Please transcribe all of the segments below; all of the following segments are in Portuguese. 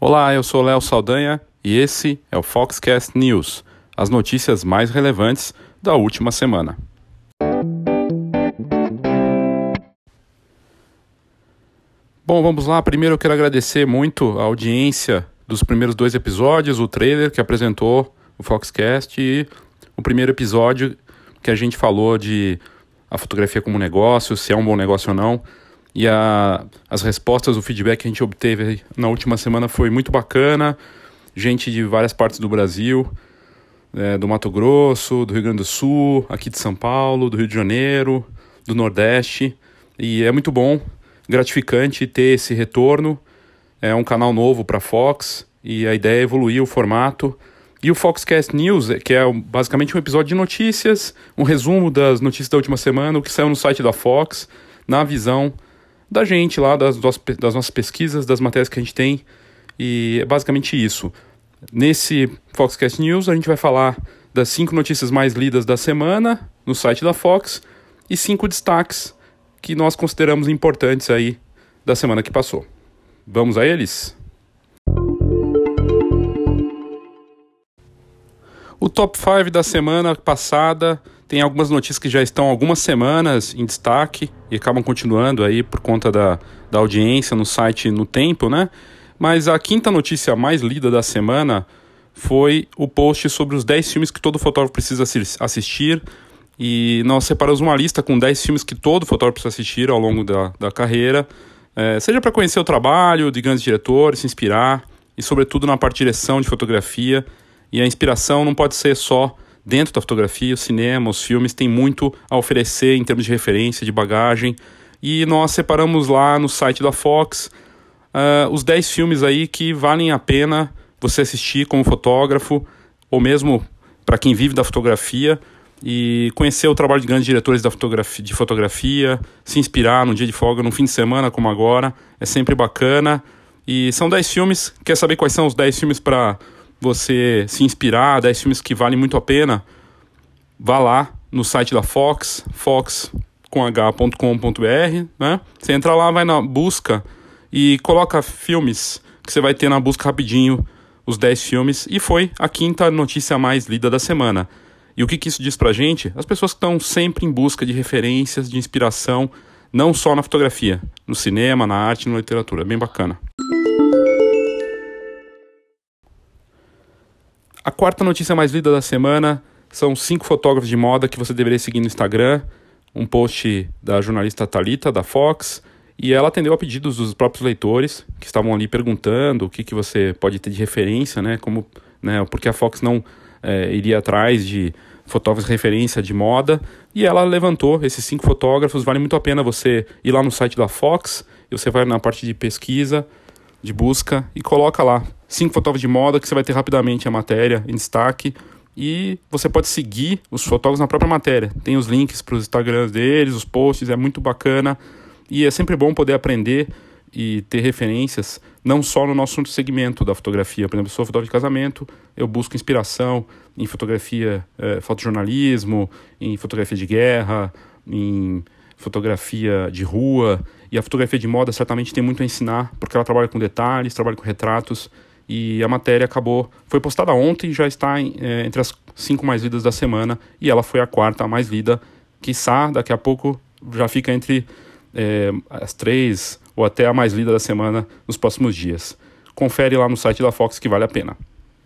Olá, eu sou Léo Saldanha e esse é o Foxcast News, as notícias mais relevantes da última semana. Bom, vamos lá. Primeiro eu quero agradecer muito a audiência dos primeiros 2 episódios, o trailer que apresentou o Foxcast e o primeiro episódio que a gente falou de a fotografia como negócio, se é um bom negócio ou não. E as respostas, o feedback que a gente obteve na última semana foi muito bacana. Gente de várias partes do Brasil, do Mato Grosso, do Rio Grande do Sul, aqui de São Paulo, do Rio de Janeiro, do Nordeste. E é muito bom, gratificante ter esse retorno. É um canal novo para a Fox e a ideia é evoluir o formato. E o Foxcast News, que é basicamente um episódio de notícias, um resumo das notícias da última semana, o que saiu no site da Fox, na visão da gente lá, das nossas pesquisas, das matérias que a gente tem, e é basicamente isso. Nesse Foxcast News a gente vai falar das 5 notícias mais lidas da semana no site da Fox e 5 destaques que nós consideramos importantes aí da semana que passou. Vamos a eles? O top 5 da semana passada tem algumas notícias que já estão há algumas semanas em destaque e acabam continuando aí por conta da audiência no site no tempo, né? Mas a 5ª notícia mais lida da semana foi o post sobre os 10 filmes que todo fotógrafo precisa assistir. E nós separamos uma lista com 10 filmes que todo fotógrafo precisa assistir ao longo da carreira. Seja para conhecer o trabalho de grandes diretores, se inspirar e sobretudo na parte de direção de fotografia. E a inspiração não pode ser só dentro da fotografia, o cinema, os filmes têm muito a oferecer em termos de referência, de bagagem. E nós separamos lá no site da Fox os 10 filmes aí que valem a pena você assistir como fotógrafo, ou mesmo para quem vive da fotografia, e conhecer o trabalho de grandes diretores de fotografia, se inspirar num dia de folga, num fim de semana como agora, é sempre bacana. E são 10 filmes, quer saber quais são os 10 filmes para você se inspirar, 10 filmes que valem muito a pena? Vá lá no site da Fox, fox.com.br, né? Você entra lá, vai na busca e coloca filmes, que você vai ter na busca rapidinho os 10 filmes. E foi a 5ª notícia mais lida da semana. E o que isso diz pra gente? As pessoas que estão sempre em busca de referências, de inspiração, não só na fotografia, no cinema, na arte, na literatura. Bem bacana. A 4ª notícia mais lida da semana são 5 fotógrafos de moda que você deveria seguir no Instagram. Um post da jornalista Thalita, da Fox, e ela atendeu a pedidos dos próprios leitores, que estavam ali perguntando o que você pode ter de referência, né? Como, né, porque a Fox não iria atrás de fotógrafos de referência de moda, e ela levantou esses 5 fotógrafos. Vale muito a pena você ir lá no site da Fox, e você vai na parte de pesquisa, de busca, e coloca lá 5 fotógrafos de moda, que você vai ter rapidamente a matéria em destaque, e você pode seguir os fotógrafos na própria matéria. Tem os links para os Instagrams deles, os posts, é muito bacana, e é sempre bom poder aprender e ter referências, não só no nosso segmento da fotografia. Por exemplo, eu sou fotógrafo de casamento, eu busco inspiração em fotografia, fotojornalismo, em fotografia de guerra, em fotografia de rua, e a fotografia de moda certamente tem muito a ensinar, porque ela trabalha com detalhes, trabalha com retratos, e a matéria foi postada ontem e já está entre as 5 mais lidas da semana, e ela foi a 4ª mais lida, quiçá daqui a pouco já fica entre as 3 ou até a mais lida da semana nos próximos dias. Confere lá no site da Fox que vale a pena.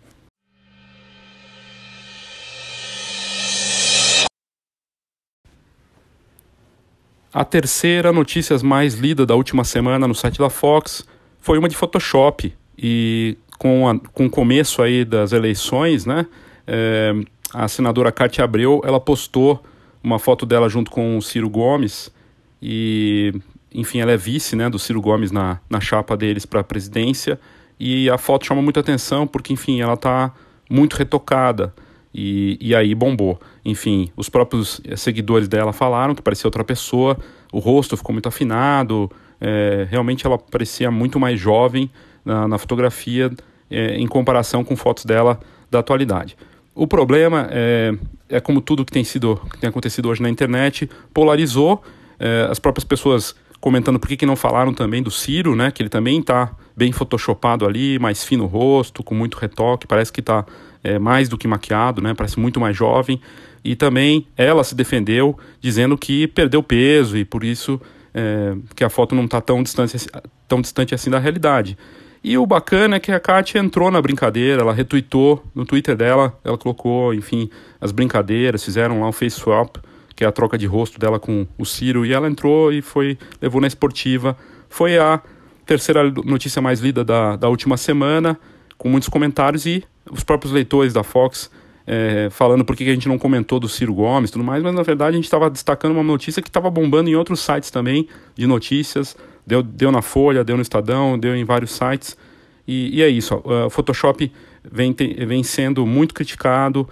A 3ª notícia mais lida da última semana no site da Fox foi uma de Photoshop, e com o começo aí das eleições, né, a senadora Cátia Abreu, ela postou uma foto dela junto com o Ciro Gomes, e enfim, ela é vice, né, do Ciro Gomes na chapa deles para a presidência, e a foto chama muita atenção porque, enfim, ela está muito retocada, e aí bombou. Enfim, os próprios seguidores dela falaram que parecia outra pessoa, o rosto ficou muito afinado, realmente ela parecia muito mais jovem na fotografia em comparação com fotos dela da atualidade. O problema é como tudo que tem acontecido hoje na internet, polarizou. As próprias pessoas comentando por que não falaram também do Ciro, né, que ele também está bem photoshopado ali, mais fino o rosto, com muito retoque, parece que está mais do que maquiado, né, parece muito mais jovem. E também ela se defendeu dizendo que perdeu peso e por isso que a foto não está tão distante assim da realidade. E o bacana é que a Kátia entrou na brincadeira, ela retweetou no Twitter dela, ela colocou, enfim, as brincadeiras, fizeram lá um face swap, que é a troca de rosto dela com o Ciro, e ela entrou e levou na esportiva. Foi a terceira notícia mais lida da última semana, com muitos comentários, e os próprios leitores da Fox falando por que a gente não comentou do Ciro Gomes e tudo mais, mas na verdade a gente estava destacando uma notícia que estava bombando em outros sites também, de notícias, deu na Folha, deu no Estadão, deu em vários sites, e é isso, o Photoshop vem sendo muito criticado,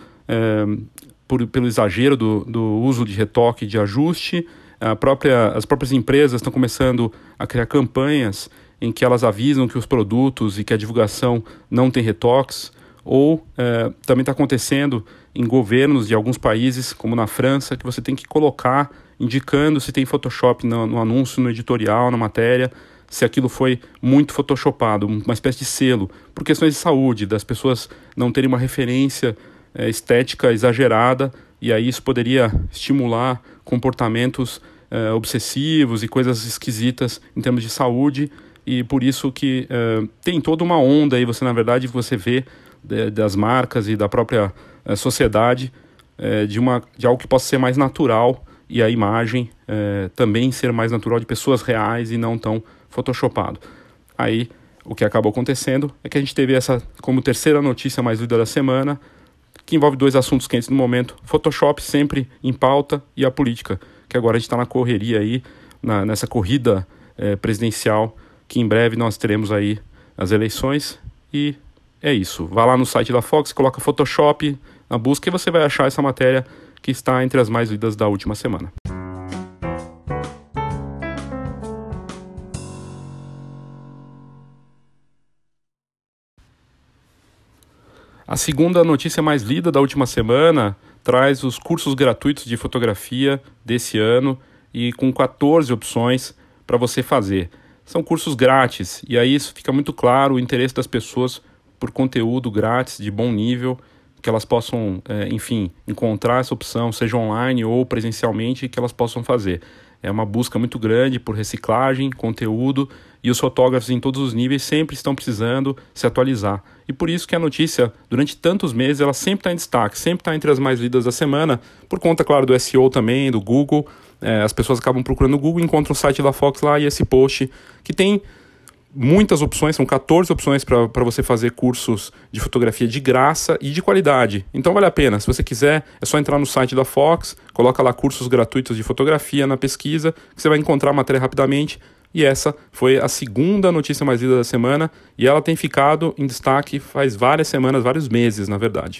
pelo exagero do uso de retoque, de ajuste. As próprias empresas estão começando a criar campanhas em que elas avisam que os produtos e que a divulgação não tem retoques, ou também está acontecendo em governos de alguns países, como na França, que você tem que colocar, indicando se tem Photoshop no anúncio, no editorial, na matéria, se aquilo foi muito photoshopado, uma espécie de selo, por questões de saúde, das pessoas não terem uma referência estética exagerada, e aí isso poderia estimular comportamentos obsessivos e coisas esquisitas em termos de saúde, e por isso que tem toda uma onda aí, na verdade você vê das marcas e da própria sociedade de algo que possa ser mais natural, e a imagem também ser mais natural, de pessoas reais e não tão photoshopado. Aí o que acabou acontecendo é que a gente teve essa como terceira notícia mais lida da semana, que envolve dois assuntos quentes no momento: Photoshop sempre em pauta, e a política, que agora a gente está na correria aí, nessa corrida presidencial, que em breve nós teremos aí as eleições. E é isso, vá lá no site da Fox, coloca Photoshop na busca e você vai achar essa matéria que está entre as mais lidas da última semana. A segunda notícia mais lida da última semana traz os cursos gratuitos de fotografia desse ano, e com 14 opções para você fazer. São cursos grátis, e aí isso fica muito claro o interesse das pessoas por conteúdo grátis de bom nível, que elas possam, enfim, encontrar essa opção, seja online ou presencialmente, que elas possam fazer. É uma busca muito grande por reciclagem, conteúdo, e os fotógrafos em todos os níveis sempre estão precisando se atualizar. E por isso que a notícia, durante tantos meses, ela sempre está em destaque, sempre está entre as mais lidas da semana, por conta, claro, do SEO também, do Google. As pessoas acabam procurando no Google, encontram o site da Fox lá, e esse post, que tem muitas opções, são 14 opções para você fazer cursos de fotografia de graça e de qualidade. Então vale a pena, se você quiser, é só entrar no site da Fox, coloca lá cursos gratuitos de fotografia na pesquisa, que você vai encontrar a matéria rapidamente. E essa foi a segunda notícia mais lida da semana, e ela tem ficado em destaque faz várias semanas, vários meses, na verdade.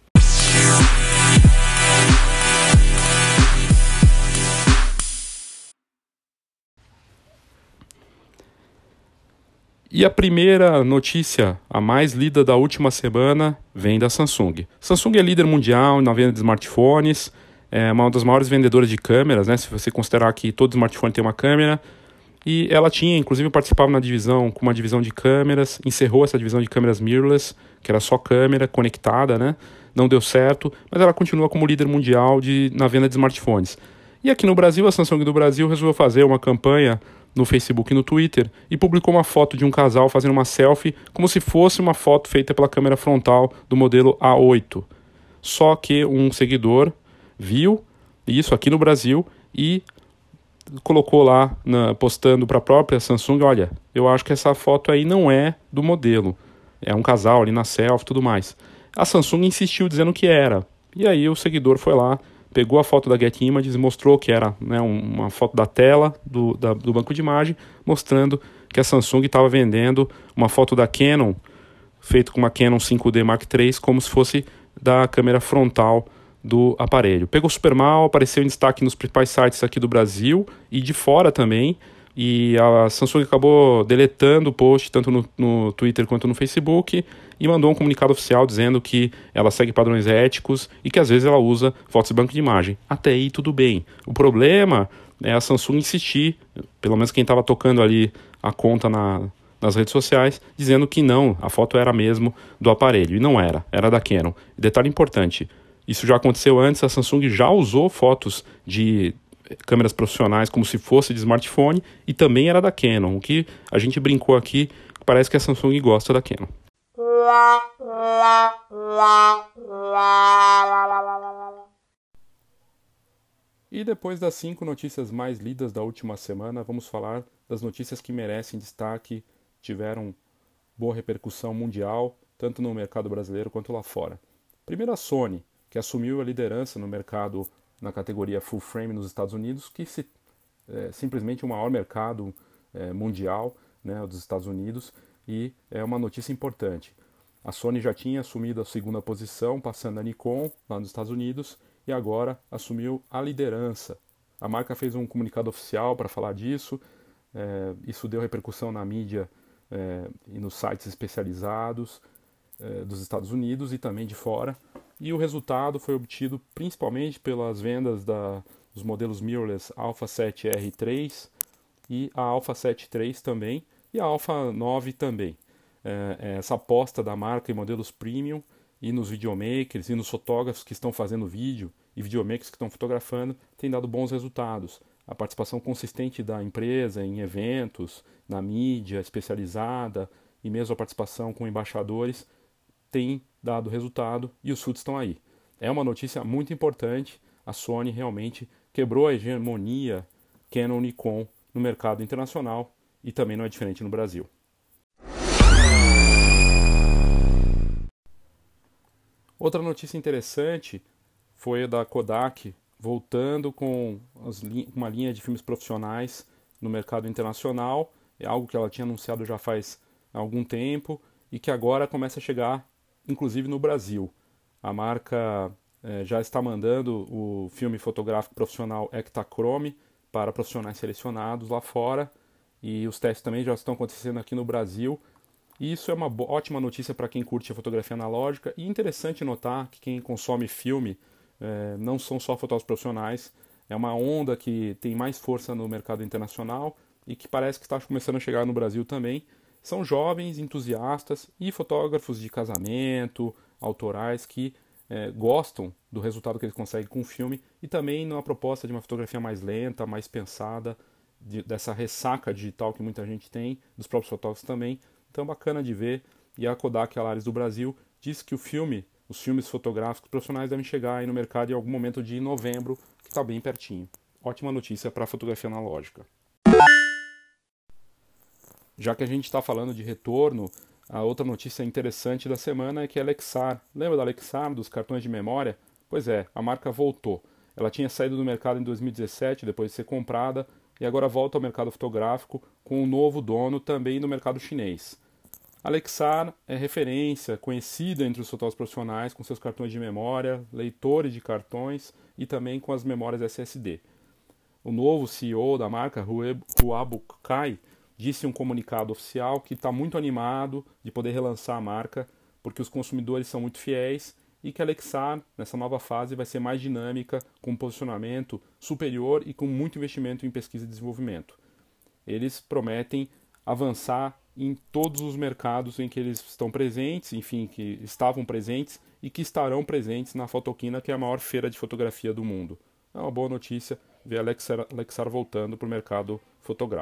E a primeira notícia, a mais lida da última semana, vem da Samsung. Samsung é líder mundial na venda de smartphones, é uma das maiores vendedoras de câmeras, né? Se você considerar que todo smartphone tem uma câmera. E ela tinha, inclusive, participava com uma divisão de câmeras, encerrou essa divisão de câmeras mirrorless, que era só câmera conectada, né? Não deu certo, mas ela continua como líder mundial na venda de smartphones. E aqui no Brasil, a Samsung do Brasil resolveu fazer uma campanha no Facebook e no Twitter, e publicou uma foto de um casal fazendo uma selfie, como se fosse uma foto feita pela câmera frontal do modelo A8. Só que um seguidor viu isso aqui no Brasil e colocou lá, postando para a própria Samsung: olha, eu acho que essa foto aí não é do modelo, é um casal ali na selfie e tudo mais. A Samsung insistiu dizendo que era, e aí o seguidor foi lá, pegou a foto da Getty Images e mostrou que era, né, uma foto da tela do banco de imagem, mostrando que a Samsung estava vendendo uma foto da Canon, feita com uma Canon 5D Mark III, como se fosse da câmera frontal do aparelho. Pegou super mal, apareceu em destaque nos principais sites aqui do Brasil e de fora também, e a Samsung acabou deletando o post tanto no Twitter quanto no Facebook e mandou um comunicado oficial dizendo que ela segue padrões éticos e que às vezes ela usa fotos de banco de imagem. Até aí tudo bem. O problema é a Samsung insistir, pelo menos quem estava tocando ali a conta nas redes sociais, dizendo que não, a foto era mesmo do aparelho. E não era, era da Canon. Detalhe importante, isso já aconteceu antes, a Samsung já usou fotos de câmeras profissionais como se fosse de smartphone e também era da Canon. O que a gente brincou aqui, parece que a Samsung gosta da Canon. E depois das 5 notícias mais lidas da última semana, vamos falar das notícias que merecem destaque, tiveram boa repercussão mundial, tanto no mercado brasileiro quanto lá fora. Primeiro a Sony, que assumiu a liderança no mercado na categoria full frame nos Estados Unidos, que simplesmente o maior mercado mundial, né, dos Estados Unidos, e é uma notícia importante. A Sony já tinha assumido a segunda posição, passando a Nikon lá nos Estados Unidos, e agora assumiu a liderança. A marca fez um comunicado oficial para falar disso, isso deu repercussão na mídia e nos sites especializados dos Estados Unidos e também de fora. E o resultado foi obtido principalmente pelas vendas dos modelos mirrorless Alpha 7R3 e a Alpha 7 III também, e a Alpha 9 também. Essa aposta da marca em modelos premium e nos videomakers e nos fotógrafos que estão fazendo vídeo e videomakers que estão fotografando tem dado bons resultados. A participação consistente da empresa em eventos, na mídia especializada e mesmo a participação com embaixadores tem dado resultado e os frutos estão aí. É uma notícia muito importante, a Sony realmente quebrou a hegemonia Canon-Nikon no mercado internacional e também não é diferente no Brasil. Outra notícia interessante foi a da Kodak voltando com uma linha de filmes profissionais no mercado internacional. É algo que ela tinha anunciado já faz algum tempo e que agora começa a chegar inclusive no Brasil. A marca já está mandando o filme fotográfico profissional Ektachrome para profissionais selecionados lá fora e os testes também já estão acontecendo aqui no Brasil. E isso é uma ótima notícia para quem curte a fotografia analógica e interessante notar que quem consome filme não são só fotógrafos profissionais, é uma onda que tem mais força no mercado internacional e que parece que está começando a chegar no Brasil também. São jovens entusiastas e fotógrafos de casamento, autorais, que gostam do resultado que eles conseguem com o filme e também numa proposta de uma fotografia mais lenta, mais pensada, dessa ressaca digital que muita gente tem, dos próprios fotógrafos também. Então bacana de ver. E a Kodak Alaris do Brasil disse que os filmes fotográficos profissionais devem chegar aí no mercado em algum momento de novembro, que está bem pertinho. Ótima notícia para a fotografia analógica. Já que a gente está falando de retorno, a outra notícia interessante da semana é que a Lexar, lembra da Lexar, dos cartões de memória? Pois é, a marca voltou. Ela tinha saído do mercado em 2017, depois de ser comprada, e agora volta ao mercado fotográfico com um novo dono também no mercado chinês. A Lexar é referência, conhecida entre os fotógrafos profissionais com seus cartões de memória, leitores de cartões e também com as memórias SSD. O novo CEO da marca, Huabo Kai, disse em um comunicado oficial que está muito animado de poder relançar a marca, porque os consumidores são muito fiéis e que a Lexar, nessa nova fase, vai ser mais dinâmica, com um posicionamento superior e com muito investimento em pesquisa e desenvolvimento. Eles prometem avançar em todos os mercados em que eles estão presentes, enfim, que estavam presentes e que estarão presentes na Fotoquina, que é a maior feira de fotografia do mundo. É uma boa notícia ver a Lexar voltando para o mercado fotográfico.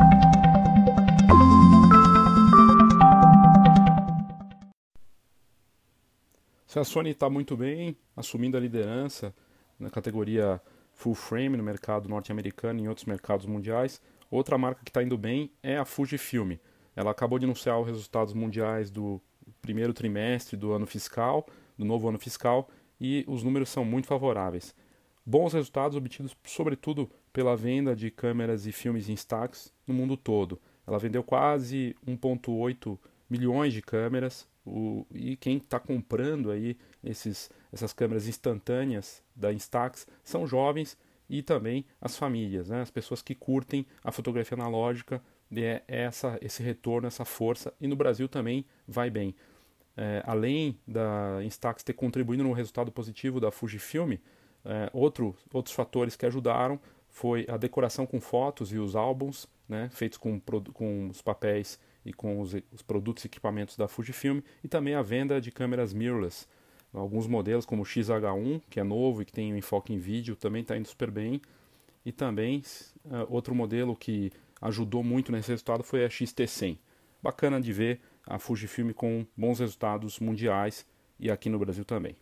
Se a Sony está muito bem, assumindo a liderança na categoria full frame no mercado norte-americano e em outros mercados mundiais, outra marca que está indo bem é a Fujifilm. Ela acabou de anunciar os resultados mundiais do primeiro trimestre do ano fiscal, do novo ano fiscal, e os números são muito favoráveis. Bons resultados obtidos sobretudo pela venda de câmeras e filmes em Instax no mundo todo. Ela vendeu quase 1,8 milhões de câmeras, e quem está comprando aí essas câmeras instantâneas da Instax são jovens e também as famílias, né? As pessoas que curtem a fotografia analógica, esse retorno, essa força, e no Brasil também vai bem. Além da Instax ter contribuído no resultado positivo da Fujifilm, outros fatores que ajudaram foi a decoração com fotos e os álbuns, né, feitos com os papéis e com os produtos e equipamentos da Fujifilm, e também a venda de câmeras mirrorless. Alguns modelos como o XH1, que é novo e que tem um enfoque em vídeo, também está indo super bem. E também outro modelo que ajudou muito nesse resultado foi a XT100. Bacana de ver a Fujifilm com bons resultados mundiais e aqui no Brasil também.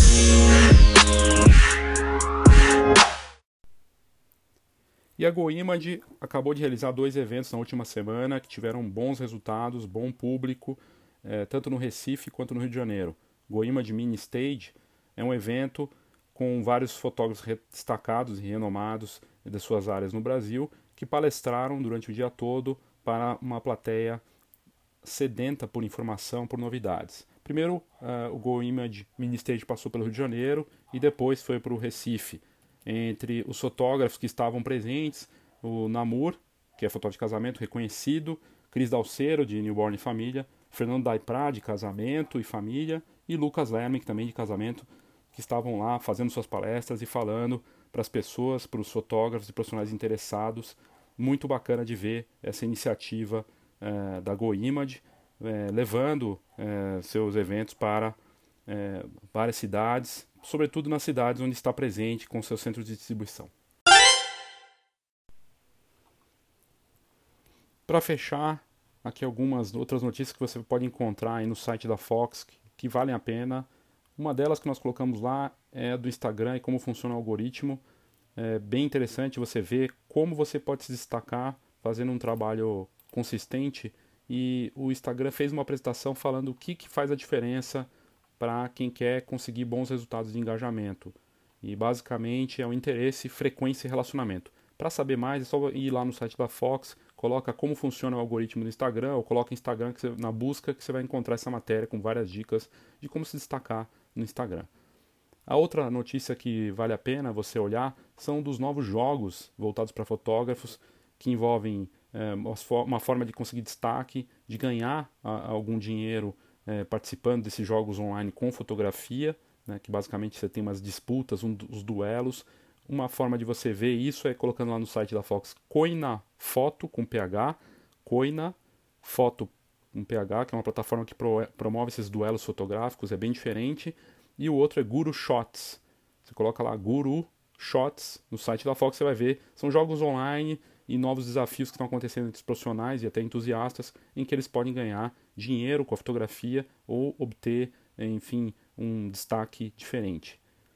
E a GoImage acabou de realizar 2 eventos na última semana que tiveram bons resultados, bom público, tanto no Recife quanto no Rio de Janeiro. GoImage Mini Stage é um evento com vários fotógrafos destacados e renomados de suas áreas no Brasil que palestraram durante o dia todo para uma plateia sedenta por informação, por novidades. Primeiro, o GoImage Mini Stage passou pelo Rio de Janeiro e depois foi para o Recife. Entre os fotógrafos que estavam presentes, o Namur, que é fotógrafo de casamento reconhecido, Cris Dalcero, de Newborn e Família, Fernando Daiprá, de casamento e família, e Lucas Lerman, também de casamento, que estavam lá fazendo suas palestras e falando para as pessoas, para os fotógrafos e profissionais interessados. Muito bacana de ver essa iniciativa da GoImage, levando seus eventos para várias cidades, sobretudo nas cidades onde está presente com seus centros de distribuição. Para fechar, aqui algumas outras notícias que você pode encontrar aí no site da Fox que valem a pena. Uma delas que nós colocamos lá é do Instagram e como funciona o algoritmo. É bem interessante você ver como você pode se destacar fazendo um trabalho consistente, e o Instagram fez uma apresentação falando o que faz a diferença para quem quer conseguir bons resultados de engajamento. E basicamente é o interesse, frequência e relacionamento. Para saber mais é só ir lá no site da Fox, coloca como funciona o algoritmo do Instagram, ou coloca Instagram na busca que você vai encontrar essa matéria com várias dicas de como se destacar no Instagram. A outra notícia que vale a pena você olhar são dos novos jogos voltados para fotógrafos, que envolvem uma forma de conseguir destaque, de ganhar algum dinheiro participando desses jogos online com fotografia, né, que basicamente você tem umas disputas, uns duelos. Uma forma de você ver isso é colocando lá no site da Fox Coina Foto com PH, Coina Foto com PH, que é uma plataforma que promove esses duelos fotográficos, é bem diferente. E o outro é Guru Shots. Você coloca lá Guru Shots no site da Fox, você vai ver. São jogos online e novos desafios que estão acontecendo entre os profissionais e até entusiastas, em que eles podem ganhar dinheiro com a fotografia ou obter, enfim, um destaque diferente.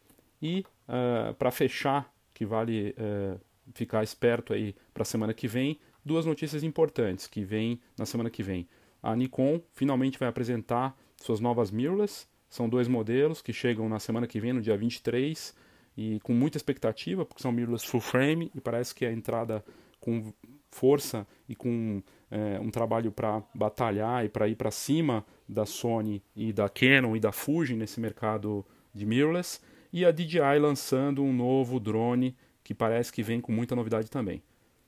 E para fechar, que vale ficar esperto aí para a semana que vem, 2 notícias importantes que vêm na semana que vem. A Nikon finalmente vai apresentar suas novas mirrorless. São 2 modelos que chegam na semana que vem, no dia 23, e com muita expectativa, porque são mirrorless full frame, e parece que a entrada com força e com um trabalho para batalhar e para ir para cima da Sony e da Canon e da Fuji nesse mercado de mirrorless, e a DJI lançando um novo drone que parece que vem com muita novidade também.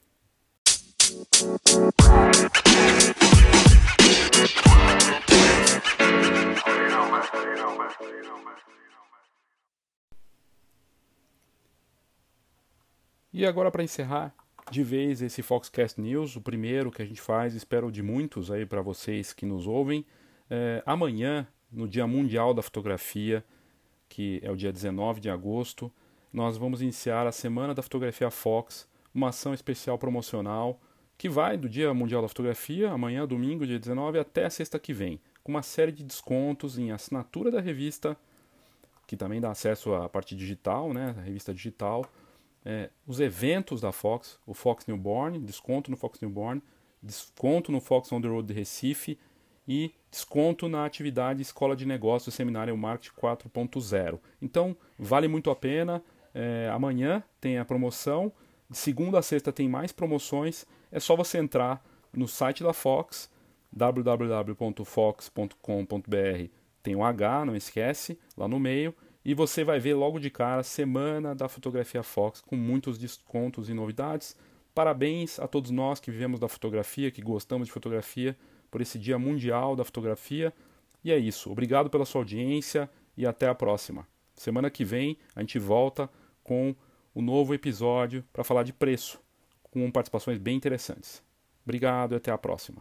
E agora, para encerrar de vez esse Foxcast News, o primeiro que a gente faz, espero de muitos aí para vocês que nos ouvem, amanhã, no Dia Mundial da Fotografia, que é o dia 19 de agosto, nós vamos iniciar a Semana da Fotografia Fox, uma ação especial promocional que vai do Dia Mundial da Fotografia, amanhã, domingo, dia 19, até a sexta que vem, com uma série de descontos em assinatura da revista, que também dá acesso à parte digital, né, a revista digital, os eventos da Fox, o Fox Newborn, desconto no Fox Newborn, desconto no Fox On The Road de Recife e desconto na atividade Escola de Negócios Seminário Marketing 4.0. Então, vale muito a pena. Amanhã tem a promoção, de segunda a sexta tem mais promoções. É só você entrar no site da Fox, www.fox.com.br, tem o H, não esquece, lá no meio, E você vai ver logo de cara Semana da Fotografia Fox com muitos descontos e novidades. Parabéns a todos nós que vivemos da fotografia, que gostamos de fotografia, por esse Dia Mundial da Fotografia. E é isso. Obrigado pela sua audiência e até a próxima. Semana que vem a gente volta com o novo episódio para falar de preço, com participações bem interessantes. Obrigado e até a próxima.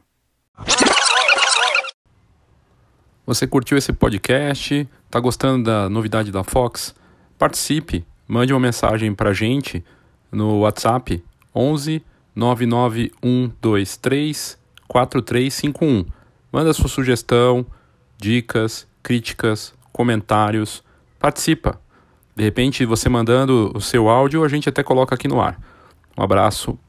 Você curtiu esse podcast? Está gostando da novidade da Fox? Participe, mande uma mensagem para a gente no WhatsApp 11 99123 4351. Manda sua sugestão, dicas, críticas, comentários. Participa. De repente, você mandando o seu áudio, a gente até coloca aqui no ar. Um abraço.